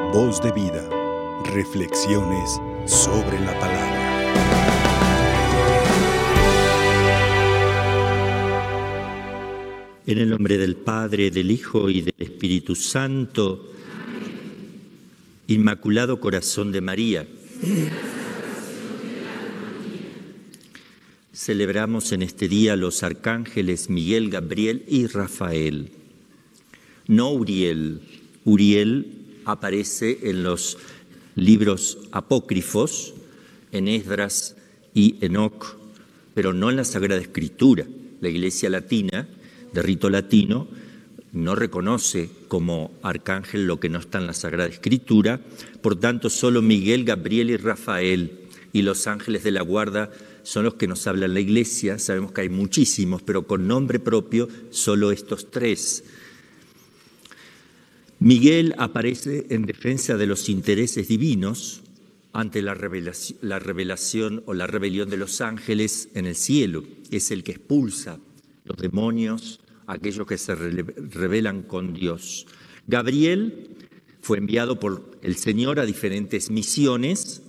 Voz de vida. Reflexiones sobre la palabra. En el nombre del Padre, del Hijo y del Espíritu Santo. Inmaculado Corazón de María. Celebramos en este día los arcángeles Miguel, Gabriel y Rafael. No Uriel. Uriel aparece en los libros apócrifos, en Esdras y Enoc, pero no en la Sagrada Escritura. La Iglesia Latina, de rito latino, no reconoce como arcángel lo que no está en la Sagrada Escritura. Por tanto, solo Miguel, Gabriel y Rafael y los ángeles de la guarda son los que nos hablan la Iglesia. Sabemos que hay muchísimos, pero con nombre propio solo estos tres. Miguel aparece en defensa de los intereses divinos ante la revelación o la rebelión de los ángeles en el cielo. Es el que expulsa los demonios, aquellos que se rebelan con Dios. Gabriel fue enviado por el Señor a diferentes misiones,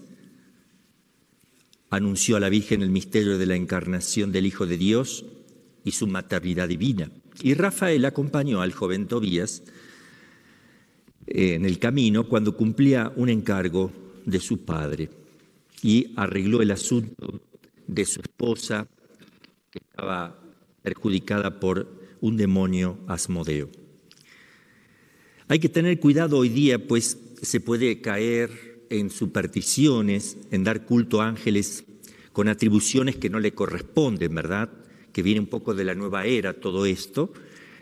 anunció a la Virgen el misterio de la encarnación del Hijo de Dios y su maternidad divina. Y Rafael acompañó al joven Tobías en el camino cuando cumplía un encargo de su padre y arregló el asunto de su esposa, que estaba perjudicada por un demonio Asmodeo. Hay que tener cuidado hoy día, pues se puede caer en supersticiones, en dar culto a ángeles con atribuciones que no le corresponden, ¿verdad? Que viene un poco de la nueva era todo esto,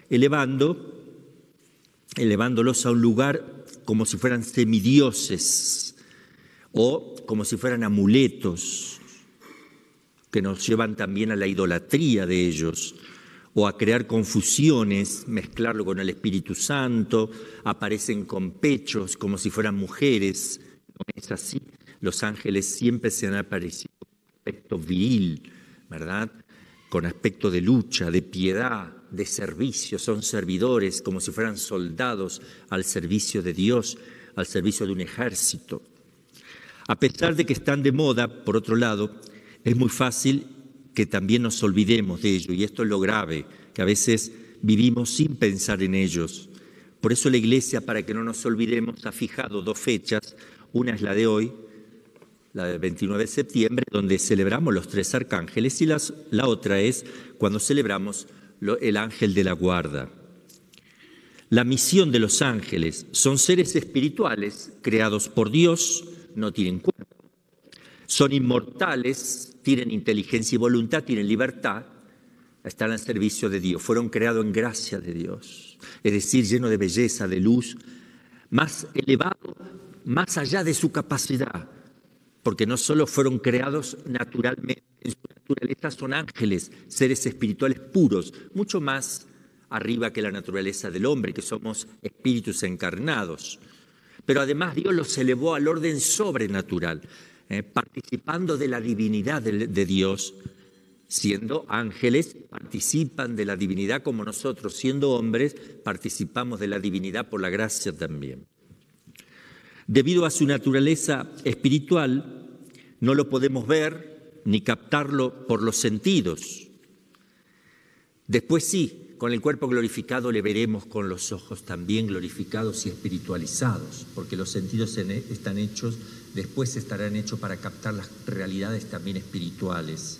elevándolos a un lugar como si fueran semidioses o como si fueran amuletos que nos llevan también a la idolatría de ellos o a crear confusiones, mezclarlo con el Espíritu Santo, aparecen con pechos como si fueran mujeres. No es así. Los ángeles siempre se han aparecido con aspecto viril, ¿verdad? Con aspecto de lucha, de piedad, de servicio. Son servidores como si fueran soldados al servicio de Dios, al servicio de un ejército. A pesar de que están de moda, por otro lado, es muy fácil que también nos olvidemos de ello, y esto es lo grave, que a veces vivimos sin pensar en ellos. Por eso la Iglesia, para que no nos olvidemos, ha fijado 2 fechas. Una es la de hoy, la del 29 de septiembre, donde celebramos los 3 arcángeles, y la otra es cuando celebramos el ángel de la guarda. La misión de los ángeles: son seres espirituales creados por Dios, no tienen cuerpo. Son inmortales, tienen inteligencia y voluntad, tienen libertad, están al servicio de Dios. Fueron creados en gracia de Dios, es decir, lleno de belleza, de luz, más elevado, más allá de su capacidad, porque no solo fueron creados naturalmente, en su naturaleza son ángeles, seres espirituales puros, mucho más arriba que la naturaleza del hombre, que somos espíritus encarnados. Pero además Dios los elevó al orden sobrenatural, participando de la divinidad de Dios. Siendo ángeles, participan de la divinidad como nosotros, siendo hombres, participamos de la divinidad por la gracia también. Debido a su naturaleza espiritual, no lo podemos ver ni captarlo por los sentidos. Después sí, con el cuerpo glorificado le veremos con los ojos también glorificados y espiritualizados, porque los sentidos están hechos, después estarán hechos para captar las realidades también espirituales.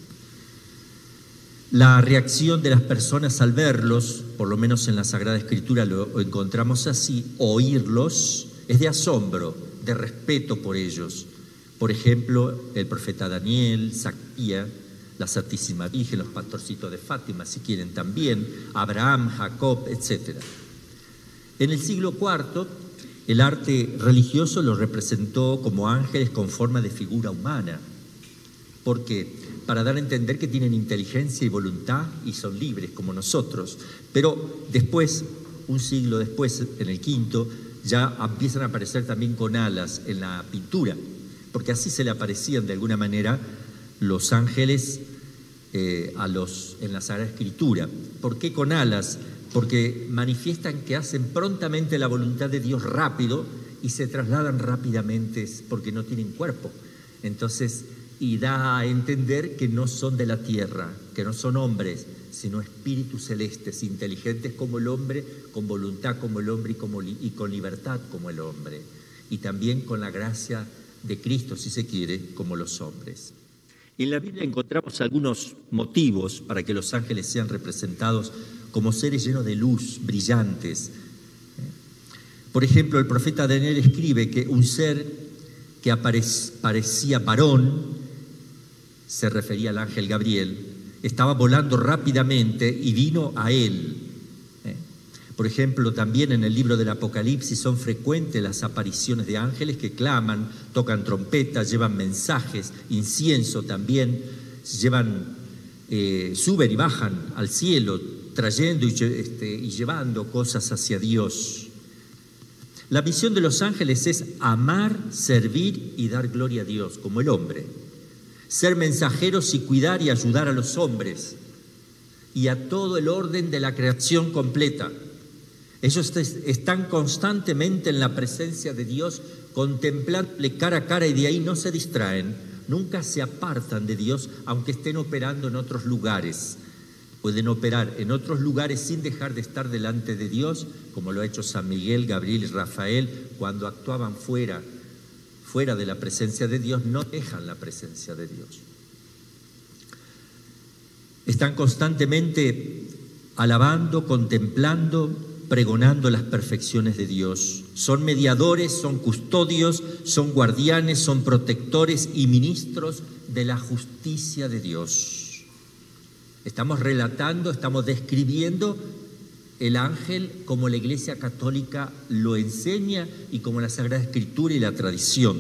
La reacción de las personas al verlos, por lo menos en la Sagrada Escritura lo encontramos así, oírlos, es de asombro, de respeto por ellos. Por ejemplo, el profeta Daniel, Zacarías, la Santísima Virgen, los pastorcitos de Fátima, si quieren también, Abraham, Jacob, etc. En el siglo IV, el arte religioso los representó como ángeles con forma de figura humana. ¿Por qué? Para dar a entender que tienen inteligencia y voluntad y son libres como nosotros. Pero después, un siglo después, en el V, ya empiezan a aparecer también con alas en la pintura, porque así se le aparecían de alguna manera los ángeles en la Sagrada Escritura. ¿Por qué con alas? Porque manifiestan que hacen prontamente la voluntad de Dios rápido y se trasladan rápidamente porque no tienen cuerpo. Entonces, y da a entender que no son de la tierra, que no son hombres, sino espíritus celestes, inteligentes como el hombre, con voluntad como el hombre y con libertad como el hombre, y también con la gracia de Cristo, si se quiere, como los hombres. En la Biblia encontramos algunos motivos para que los ángeles sean representados como seres llenos de luz, brillantes. Por ejemplo, el profeta Daniel escribe que un ser que parecía varón, se refería al ángel Gabriel, estaba volando rápidamente y vino a él. Por ejemplo, también en el libro del Apocalipsis son frecuentes las apariciones de ángeles que claman, tocan trompetas, llevan mensajes, incienso también, suben y bajan al cielo, trayendo y llevando cosas hacia Dios. La misión de los ángeles es amar, servir y dar gloria a Dios, como el hombre. Ser mensajeros y cuidar y ayudar a los hombres y a todo el orden de la creación completa. Ellos están constantemente en la presencia de Dios, contemplándole cara a cara, y de ahí no se distraen, nunca se apartan de Dios, aunque estén operando en otros lugares. Pueden operar en otros lugares sin dejar de estar delante de Dios, como lo ha hecho San Miguel, Gabriel y Rafael, cuando actuaban fuera de la presencia de Dios, no dejan la presencia de Dios. Están constantemente alabando, contemplando, pregonando las perfecciones de Dios. Son mediadores, son custodios, son guardianes, son protectores y ministros de la justicia de Dios. Estamos relatando, estamos describiendo el ángel como la Iglesia Católica lo enseña y como la Sagrada Escritura y la tradición.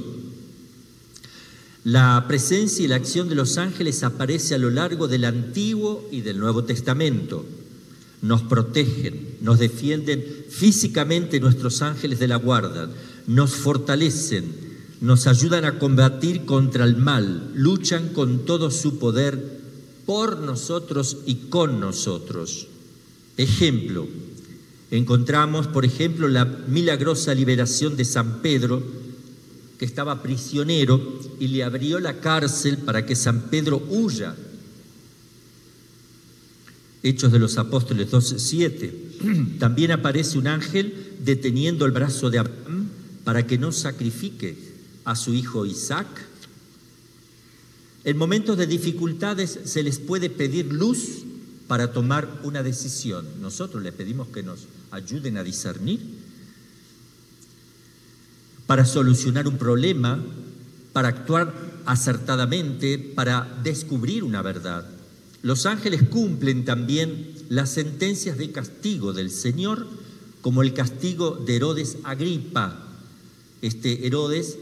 La presencia y la acción de los ángeles aparece a lo largo del Antiguo y del Nuevo Testamento. Nos protegen, nos defienden físicamente, nuestros ángeles de la guarda, nos fortalecen, nos ayudan a combatir contra el mal, luchan con todo su poder por nosotros y con nosotros. Ejemplo, encontramos, por ejemplo, la milagrosa liberación de San Pedro, que estaba prisionero y le abrió la cárcel para que San Pedro huya. Hechos de los Apóstoles 12:7. También aparece un ángel deteniendo el brazo de Abraham para que no sacrifique a su hijo Isaac. En momentos de dificultades se les puede pedir luz para tomar una decisión. Nosotros les pedimos que nos ayuden a discernir, para solucionar un problema, para actuar acertadamente, para descubrir una verdad. Los ángeles cumplen también las sentencias de castigo del Señor, como el castigo de Herodes Agripa. Herodes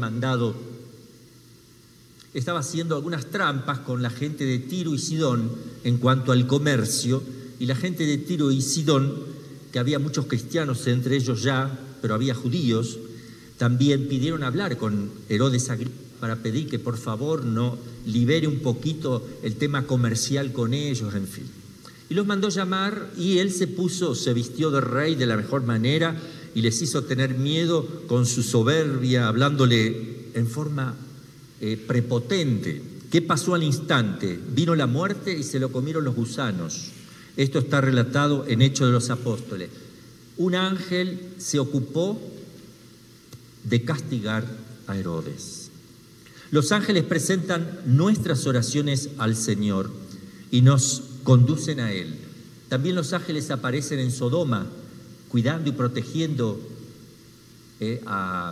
estaba haciendo algunas trampas con la gente de Tiro y Sidón en cuanto al comercio, y la gente de Tiro y Sidón, que había muchos cristianos entre ellos ya, pero había judíos, también pidieron hablar con Herodes Agripa para pedir que por favor no libere un poquito el tema comercial con ellos, en fin. Y los mandó llamar y él se vistió de rey de la mejor manera y les hizo tener miedo con su soberbia, hablándole en forma prepotente. ¿Qué pasó al instante? Vino la muerte y se lo comieron los gusanos. Esto está relatado en Hechos de los Apóstoles. Un ángel se ocupó de castigar a Herodes. Los ángeles presentan nuestras oraciones al Señor y nos conducen a Él. También los ángeles aparecen en Sodoma, cuidando y protegiendo a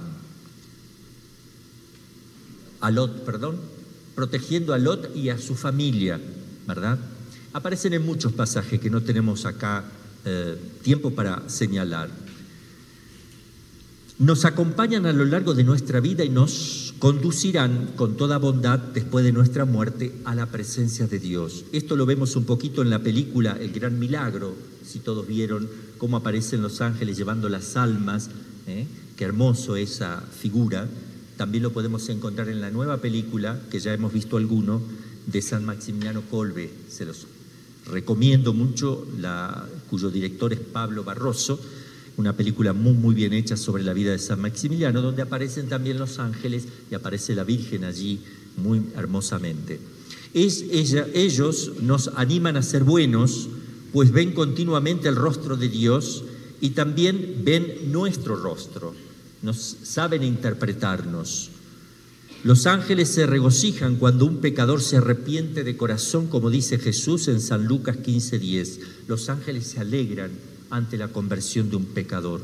Lot, protegiendo a Lot y a su familia, ¿verdad? Aparecen en muchos pasajes que no tenemos acá tiempo para señalar. Nos acompañan a lo largo de nuestra vida y nos conducirán con toda bondad después de nuestra muerte a la presencia de Dios. Esto lo vemos un poquito en la película El Gran Milagro, si todos vieron cómo aparecen los ángeles llevando las almas, qué hermoso esa figura. También lo podemos encontrar en la nueva película, que ya hemos visto alguno, de San Maximiliano Kolbe. Se los recomiendo mucho, cuyo director es Pablo Barroso. una película muy, muy bien hecha sobre la vida de San Maximiliano, donde aparecen también los ángeles y aparece la Virgen allí muy hermosamente. Ellos nos animan a ser buenos, pues ven continuamente el rostro de Dios y también ven nuestro rostro, nos saben interpretarnos. Los ángeles se regocijan cuando un pecador se arrepiente de corazón, como dice Jesús en San Lucas 15:10. Los ángeles se alegran ante la conversión de un pecador.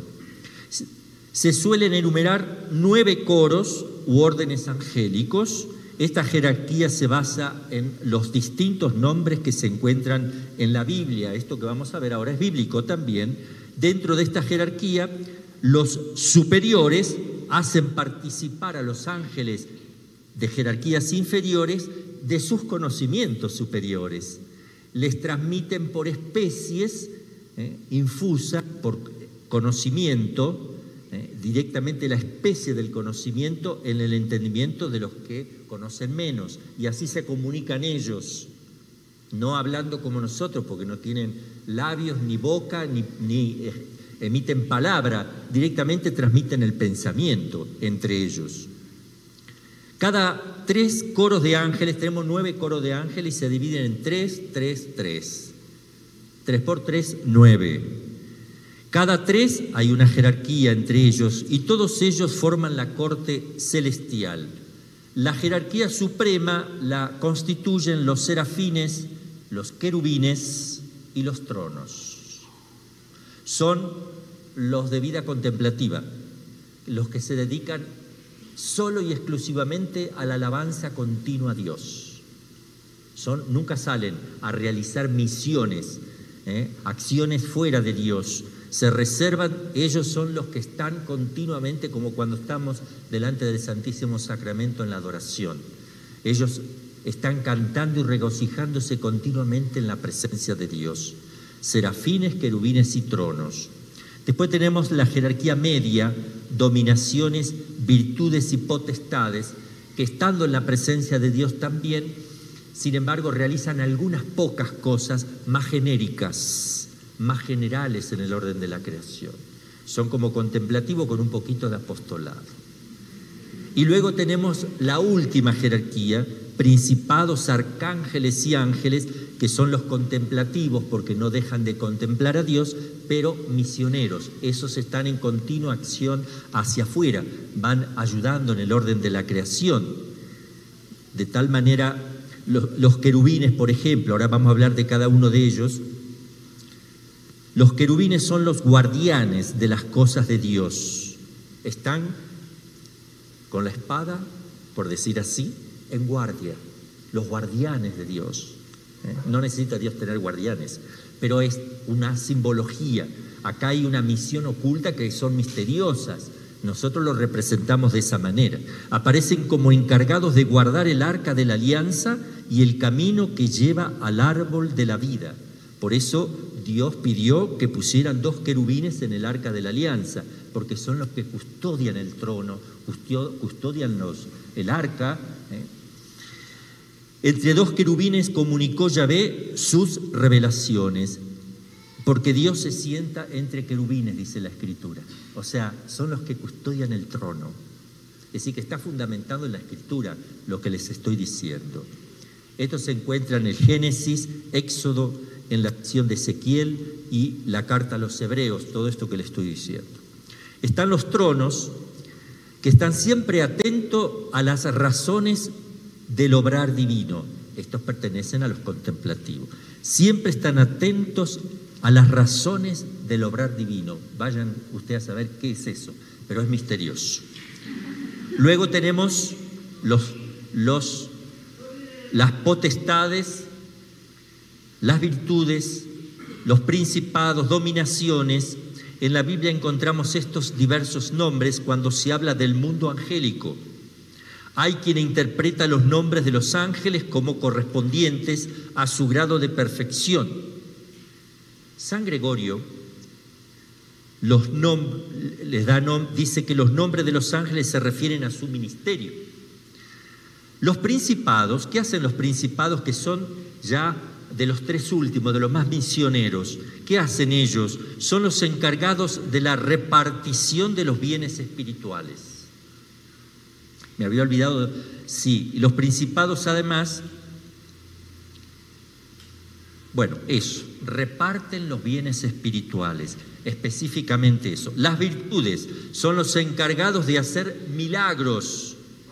Se suelen enumerar 9 coros u órdenes angélicos. Esta jerarquía se basa en los distintos nombres que se encuentran en la Biblia. Esto que vamos a ver ahora es bíblico también. Dentro de esta jerarquía, los superiores hacen participar a los ángeles de jerarquías inferiores de sus conocimientos superiores. Les transmiten por especies, infusa por conocimiento, directamente la especie del conocimiento en el entendimiento de los que conocen menos. Y así se comunican ellos, no hablando como nosotros, porque no tienen labios, ni boca, ni emiten palabra, directamente transmiten el pensamiento entre ellos. Cada 3 coros de ángeles, tenemos 9 coros de ángeles y se dividen en 3, 3, 3. 3 por 3, 9. Cada 3 hay una jerarquía entre ellos y todos ellos forman la corte celestial. La jerarquía suprema la constituyen los serafines, los querubines y los tronos. Son los de vida contemplativa, los que se dedican solo y exclusivamente a la alabanza continua a Dios. Nunca salen a realizar misiones, acciones fuera de Dios. Se reservan, ellos son los que están continuamente, como cuando estamos delante del Santísimo Sacramento en la adoración. Ellos están cantando y regocijándose continuamente en la presencia de Dios. Serafines, querubines y tronos. Después tenemos la jerarquía media, dominaciones, virtudes y potestades, que estando en la presencia de Dios también, sin embargo, realizan algunas pocas cosas más genéricas, más generales en el orden de la creación. Son como contemplativo con un poquito de apostolado. Y luego tenemos la última jerarquía, principados, arcángeles y ángeles, que son los contemplativos porque no dejan de contemplar a Dios, pero misioneros. Esos están en continua acción hacia afuera, van ayudando en el orden de la creación. De tal manera, los querubines, por ejemplo, ahora vamos a hablar de cada uno de ellos. Los querubines son los guardianes de las cosas de Dios. Están con la espada, por decir así, en guardia, los guardianes de Dios. No necesita Dios tener guardianes, pero es una simbología. Acá hay una misión oculta que son misteriosas. Nosotros lo representamos de esa manera. Aparecen como encargados de guardar el arca de la alianza y el camino que lleva al árbol de la vida. Por eso Dios pidió que pusieran 2 querubines en el arca de la alianza, porque son los que custodian el trono, custodian el arca. Entre 2 querubines comunicó Yahvé sus revelaciones, porque Dios se sienta entre querubines, dice la Escritura. O sea, son los que custodian el trono. Es decir, que está fundamentado en la Escritura lo que les estoy diciendo. Esto se encuentra en el Génesis, Éxodo, en la acción de Ezequiel y la carta a los Hebreos, todo esto que les estoy diciendo. Están los tronos, que están siempre atentos a las razones del obrar divino. Estos pertenecen a los contemplativos. Siempre están atentos a las razones del obrar divino. Vayan ustedes a saber qué es eso, pero es misterioso. Luego tenemos las potestades, las virtudes, los principados, dominaciones. En la Biblia encontramos estos diversos nombres cuando se habla del mundo angélico. Hay quien interpreta los nombres de los ángeles como correspondientes a su grado de perfección. San Gregorio dice que los nombres de los ángeles se refieren a su ministerio. Los principados, ¿qué hacen los principados que son ya de los tres últimos, de los más misioneros. ¿Qué hacen ellos? Son los encargados de la repartición de los bienes espirituales. Me había olvidado, sí, y los principados además, bueno, eso, reparten los bienes espirituales, específicamente eso. Las virtudes son los encargados de hacer milagros.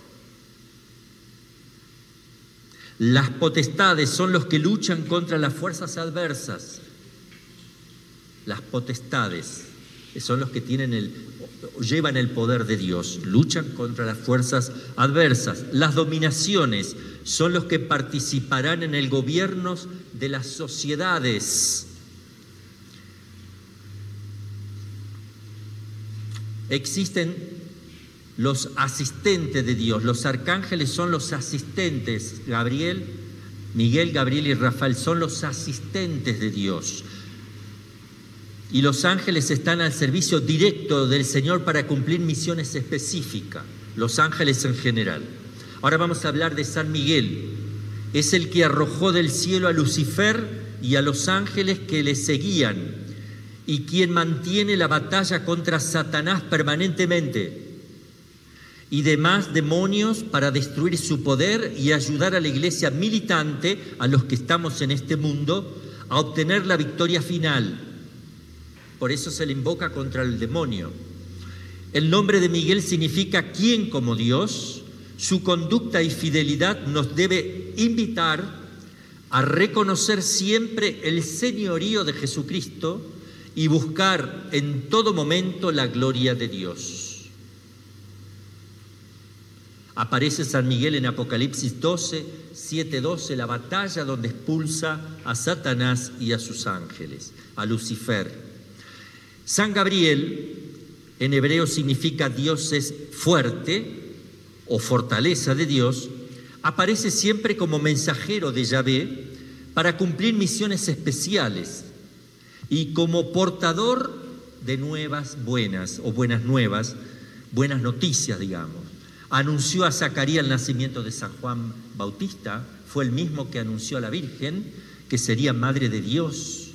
Las potestades son los que luchan contra las fuerzas adversas. Las potestades son los que llevan el poder de Dios, luchan contra las fuerzas adversas. Las dominaciones son los que participarán en el gobierno de las sociedades. Existen los asistentes de Dios. Los arcángeles son los asistentes. Miguel, Gabriel y Rafael son los asistentes de Dios. Y los ángeles están al servicio directo del Señor para cumplir misiones específicas. Los ángeles en general. Ahora vamos a hablar de San Miguel. Es el que arrojó del cielo a Lucifer y a los ángeles que le seguían, y quien mantiene la batalla contra Satanás permanentemente y demás demonios para destruir su poder y ayudar a la iglesia militante, a los que estamos en este mundo, a obtener la victoria final. Por eso se le invoca contra el demonio. El nombre de Miguel significa ¿quién como Dios? Su conducta y fidelidad nos debe invitar a reconocer siempre el señorío de Jesucristo y buscar en todo momento la gloria de Dios. Aparece San Miguel en Apocalipsis 12, 7-12, la batalla donde expulsa a Satanás y a sus ángeles, a Lucifer. San Gabriel, en hebreo significa Dios es fuerte o fortaleza de Dios, aparece siempre como mensajero de Yahvé para cumplir misiones especiales y como portador de nuevas buenas o buenas nuevas, buenas noticias, digamos. Anunció a Zacarías el nacimiento de San Juan Bautista, fue el mismo que anunció a la Virgen que sería madre de Dios.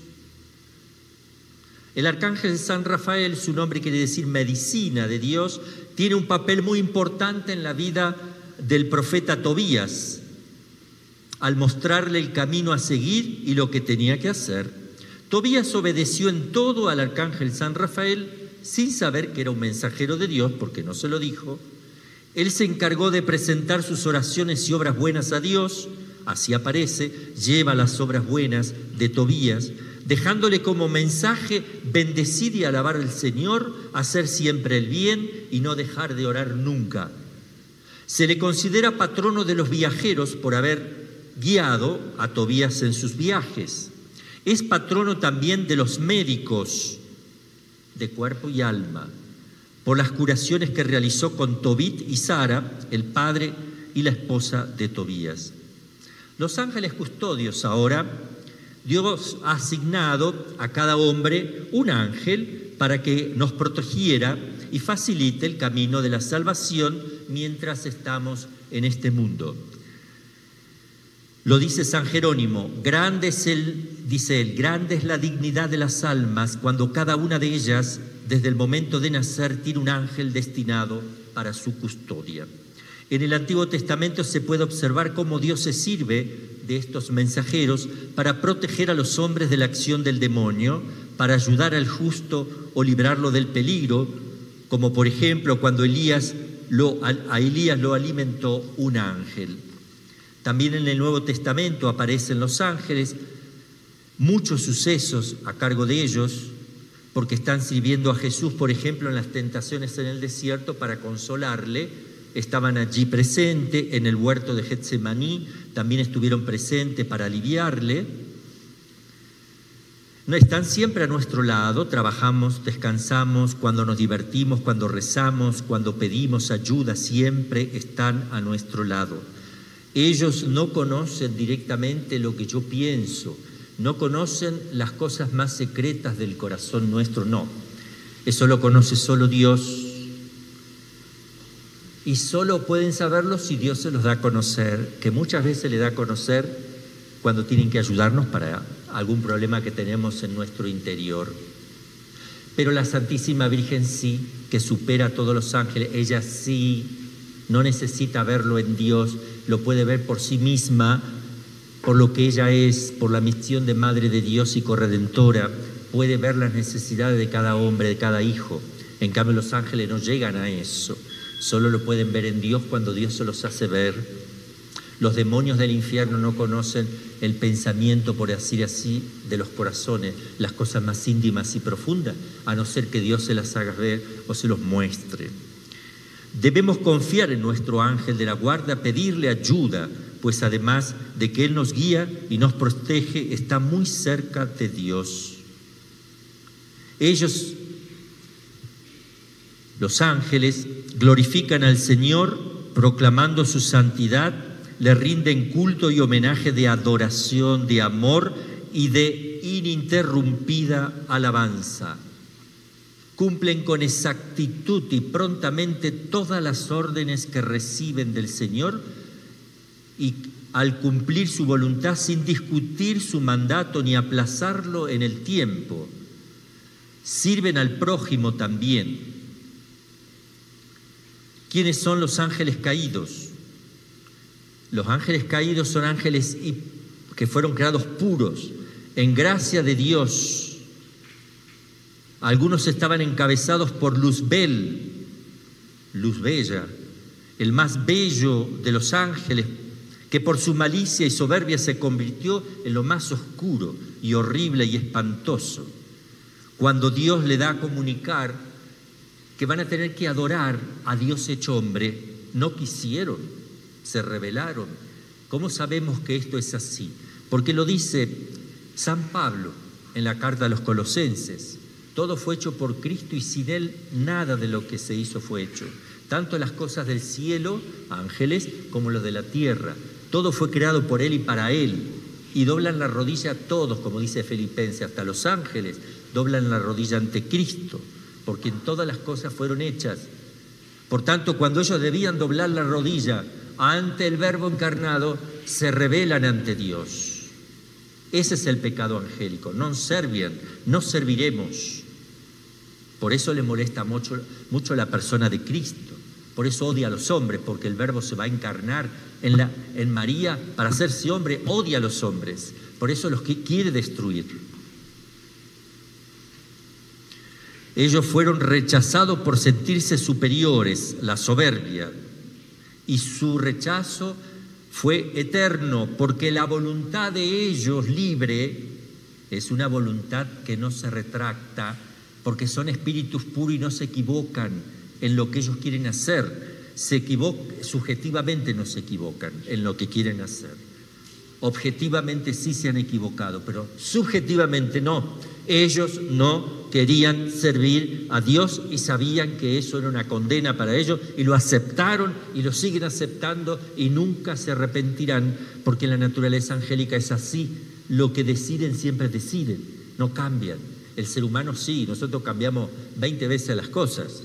El arcángel San Rafael, su nombre quiere decir medicina de Dios, tiene un papel muy importante en la vida del profeta Tobías, al mostrarle el camino a seguir y lo que tenía que hacer. Tobías obedeció en todo al arcángel San Rafael sin saber que era un mensajero de Dios, porque no se lo dijo. Él se encargó de presentar sus oraciones y obras buenas a Dios, así aparece, lleva las obras buenas de Tobías, dejándole como mensaje bendecir y alabar al Señor, hacer siempre el bien y no dejar de orar nunca. Se le considera patrono de los viajeros por haber guiado a Tobías en sus viajes. Es patrono también de los médicos de cuerpo y alma, por las curaciones que realizó con Tobit y Sara, el padre y la esposa de Tobías. Los ángeles custodios ahora, Dios ha asignado a cada hombre un ángel para que nos protegiera y facilite el camino de la salvación mientras estamos en este mundo. Lo dice San Jerónimo, grande es la dignidad de las almas cuando cada una de ellas, desde el momento de nacer, tiene un ángel destinado para su custodia. En el Antiguo Testamento se puede observar cómo Dios se sirve de estos mensajeros para proteger a los hombres de la acción del demonio, para ayudar al justo o librarlo del peligro, como por ejemplo cuando a Elías lo alimentó un ángel. También en el Nuevo Testamento aparecen los ángeles, muchos sucesos a cargo de ellos, porque están sirviendo a Jesús, por ejemplo, en las tentaciones en el desierto para consolarle. Estaban allí presentes, en el huerto de Getsemaní, también estuvieron presentes para aliviarle. No, están siempre a nuestro lado, trabajamos, descansamos, cuando nos divertimos, cuando rezamos, cuando pedimos ayuda, siempre están a nuestro lado. Ellos no conocen directamente lo que yo pienso, no conocen las cosas más secretas del corazón nuestro, no. Eso lo conoce solo Dios. Y solo pueden saberlo si Dios se los da a conocer, que muchas veces le da a conocer cuando tienen que ayudarnos para algún problema que tenemos en nuestro interior. Pero la Santísima Virgen sí, que supera a todos los ángeles, ella sí no necesita verlo en Dios, lo puede ver por sí misma, por lo que ella es, por la misión de Madre de Dios y corredentora, puede ver las necesidades de cada hombre, de cada hijo. En cambio, los ángeles no llegan a eso, solo lo pueden ver en Dios cuando Dios se los hace ver. Los demonios del infierno no conocen el pensamiento, por decir así, de los corazones, las cosas más íntimas y profundas, a no ser que Dios se las haga ver o se los muestre. Debemos confiar en nuestro ángel de la guarda, pedirle ayuda, pues además de que Él nos guía y nos protege, está muy cerca de Dios. Ellos, los ángeles, glorifican al Señor proclamando su santidad, le rinden culto y homenaje de adoración, de amor y de ininterrumpida alabanza. Cumplen con exactitud y prontamente todas las órdenes que reciben del Señor y al cumplir su voluntad sin discutir su mandato ni aplazarlo en el tiempo. Sirven al prójimo también. ¿Quiénes son los ángeles caídos? Los ángeles caídos son ángeles que fueron creados puros, en gracia de Dios. Algunos estaban encabezados por Luzbel, Luz Bella, el más bello de los ángeles, que por su malicia y soberbia se convirtió en lo más oscuro y horrible y espantoso. Cuando Dios le da a comunicar que van a tener que adorar a Dios hecho hombre, no quisieron, se rebelaron. ¿Cómo sabemos que esto es así? Porque lo dice San Pablo en la carta a los Colosenses. Todo fue hecho por Cristo y sin Él nada de lo que se hizo fue hecho. Tanto las cosas del cielo, ángeles, como los de la tierra. Todo fue creado por Él y para Él. Y doblan la rodilla todos, como dice Filipenses, hasta los ángeles doblan la rodilla ante Cristo, porque en todas las cosas fueron hechas. Por tanto, cuando ellos debían doblar la rodilla ante el Verbo encarnado, se rebelan ante Dios. Ese es el pecado angélico. Non serviam, no serviremos. Por eso le molesta mucho la persona de Cristo. Por eso odia a los hombres, porque el Verbo se va a encarnar en María para hacerse hombre, odia a los hombres. Por eso los quiere destruir. Ellos fueron rechazados por sentirse superiores, la soberbia, y su rechazo fue eterno, porque la voluntad de ellos libre es una voluntad que no se retracta, porque son espíritus puros y no se equivocan en lo que ellos quieren hacer. Subjetivamente no se equivocan en lo que quieren hacer. Objetivamente sí se han equivocado, pero subjetivamente no. Ellos no querían servir a Dios y sabían que eso era una condena para ellos y lo aceptaron y lo siguen aceptando y nunca se arrepentirán, porque la naturaleza angélica es así. Lo que deciden siempre deciden, no cambian. El ser humano sí, nosotros cambiamos 20 veces las cosas.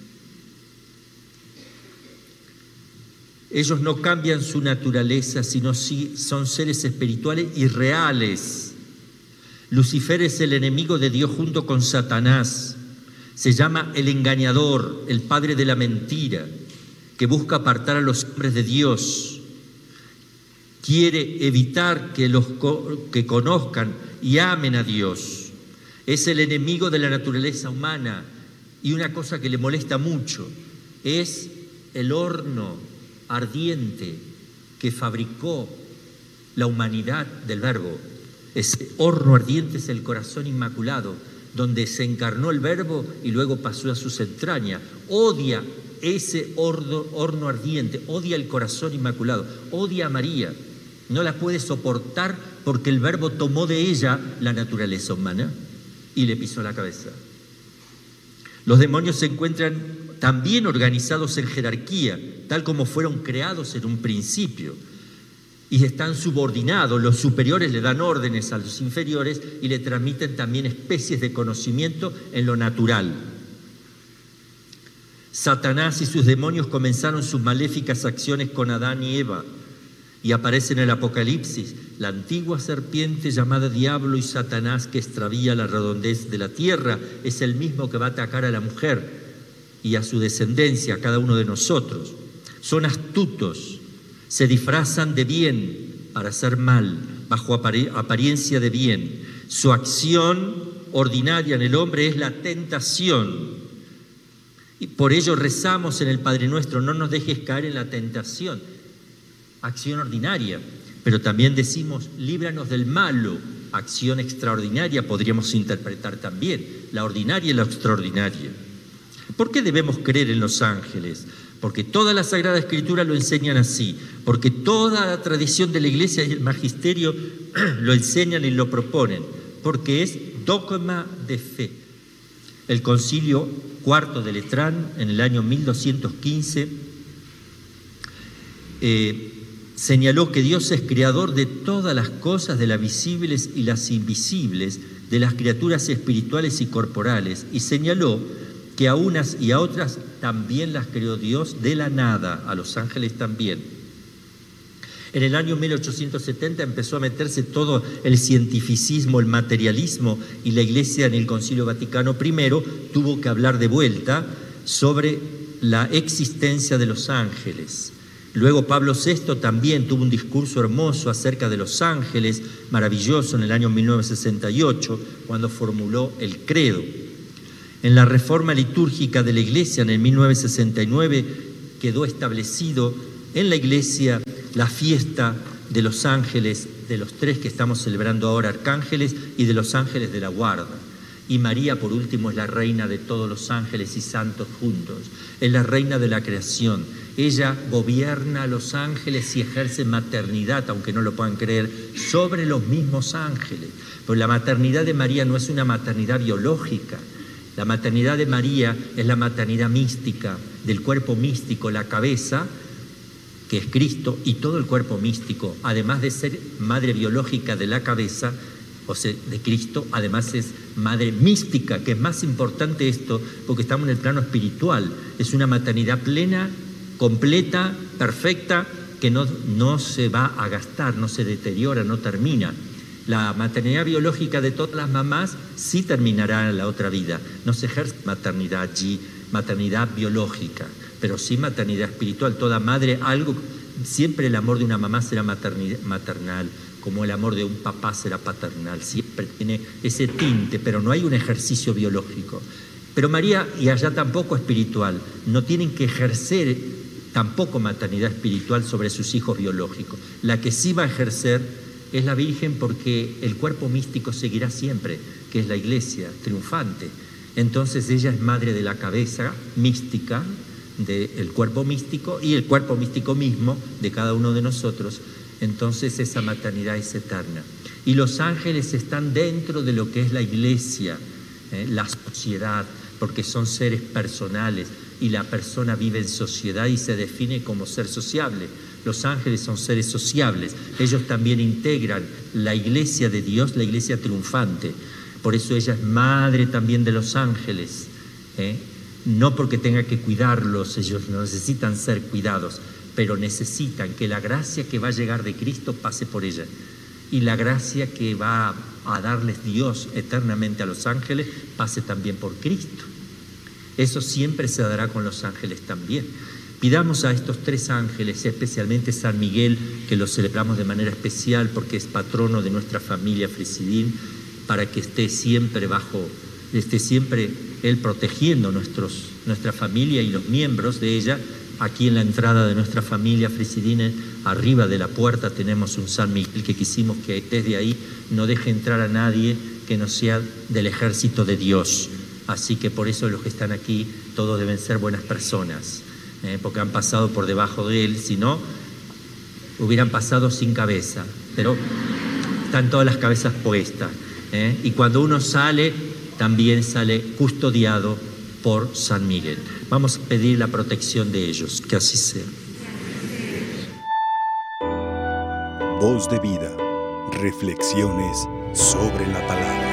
Ellos no cambian su naturaleza, sino son seres espirituales y reales. Lucifer es el enemigo de Dios junto con Satanás. Se llama el engañador, el padre de la mentira, que busca apartar a los hombres de Dios. Quiere evitar que conozcan y amen a Dios. Es el enemigo de la naturaleza humana. Y una cosa que le molesta mucho es el horno ardiente que fabricó la humanidad del Verbo. Ese horno ardiente es el corazón inmaculado, donde se encarnó el Verbo y luego pasó a sus entrañas. Odia ese horno ardiente, odia el corazón inmaculado, odia a María. No la puede soportar porque el Verbo tomó de ella la naturaleza humana y le pisó la cabeza. Los demonios se encuentran también organizados en jerarquía, tal como fueron creados en un principio. Y están subordinados, los superiores le dan órdenes a los inferiores y le transmiten también especies de conocimiento en lo natural. Satanás y sus demonios comenzaron sus maléficas acciones con Adán y Eva Y aparece en el Apocalipsis la antigua serpiente llamada Diablo y Satanás, que extravía la redondez de la tierra. Es el mismo que va a atacar a la mujer y a su descendencia, a cada uno de nosotros. Son astutos, se disfrazan de bien para hacer mal, bajo apariencia de bien. Su acción ordinaria en el hombre es la tentación. Y por ello rezamos en el Padre Nuestro: no nos dejes caer en la tentación. Acción ordinaria. Pero también decimos: líbranos del malo. Acción extraordinaria podríamos interpretar también. La ordinaria y la extraordinaria. ¿Por qué debemos creer en los ángeles? Porque toda la Sagrada Escritura lo enseñan así, porque toda la tradición de la Iglesia y el magisterio lo enseñan y lo proponen, porque es dogma de fe. El Concilio IV de Letrán, en el año 1215, señaló que Dios es creador de todas las cosas, de las visibles y las invisibles, de las criaturas espirituales y corporales, y señaló que a unas y a otras también las creó Dios de la nada, a los ángeles también. En el año 1870 empezó a meterse todo el cientificismo, el materialismo, y la Iglesia en el Concilio Vaticano I tuvo que hablar de vuelta sobre la existencia de los ángeles. Luego Pablo VI también tuvo un discurso hermoso acerca de los ángeles, maravilloso, en el año 1968, cuando formuló el credo. En la reforma litúrgica de la Iglesia, en el 1969, quedó establecido en la Iglesia la fiesta de los ángeles, de los tres que estamos celebrando ahora, arcángeles, y de los ángeles de la guarda. Y María, por último, es la reina de todos los ángeles y santos juntos. Es la reina de la creación. Ella gobierna a los ángeles y ejerce maternidad, aunque no lo puedan creer, sobre los mismos ángeles. Pero la maternidad de María no es una maternidad biológica. La maternidad de María es la maternidad mística, del cuerpo místico, la cabeza, que es Cristo, y todo el cuerpo místico, además de ser madre biológica de la cabeza, o sea, de Cristo, además es madre mística, que es más importante esto, porque estamos en el plano espiritual. Es una maternidad plena, completa, perfecta, que no se va a gastar, no se deteriora, no termina. La maternidad biológica de todas las mamás sí terminará en la otra vida. No se ejerce maternidad allí, maternidad biológica, pero sí maternidad espiritual. Toda madre, siempre el amor de una mamá será maternal, como el amor de un papá será paternal. Siempre tiene ese tinte, pero no hay un ejercicio biológico. Pero María, y allá tampoco espiritual, no tienen que ejercer tampoco maternidad espiritual sobre sus hijos biológicos. La que sí va a ejercer es la Virgen, porque el cuerpo místico seguirá siempre, que es la Iglesia triunfante. Entonces ella es madre de la cabeza mística, del cuerpo místico, y el cuerpo místico mismo de cada uno de nosotros. Entonces esa maternidad es eterna. Y los ángeles están dentro de lo que es la Iglesia, la sociedad, porque son seres personales, y la persona vive en sociedad y se define como ser sociable. Los ángeles son seres sociables. Ellos también integran la Iglesia de Dios, la Iglesia triunfante. Por eso ella es madre también de los ángeles. No porque tenga que cuidarlos, ellos no necesitan ser cuidados, pero necesitan que la gracia que va a llegar de Cristo pase por ella. Y la gracia que va a darles Dios eternamente a los ángeles pase también por Cristo. Eso siempre se dará con los ángeles también. Pidamos a estos tres ángeles, especialmente San Miguel, que lo celebramos de manera especial porque es patrono de nuestra familia Fresidín, para que esté siempre él protegiendo nuestra familia y los miembros de ella. Aquí en la entrada de nuestra familia Fresidín, arriba de la puerta, tenemos un San Miguel que quisimos que desde ahí no deje entrar a nadie que no sea del ejército de Dios. Así que por eso los que están aquí, todos deben ser buenas personas, porque han pasado por debajo de él, si no, hubieran pasado sin cabeza, pero están todas las cabezas puestas. Y cuando uno sale, también sale custodiado por San Miguel. Vamos a pedir la protección de ellos, que así sea. Voz de vida, reflexiones sobre la palabra.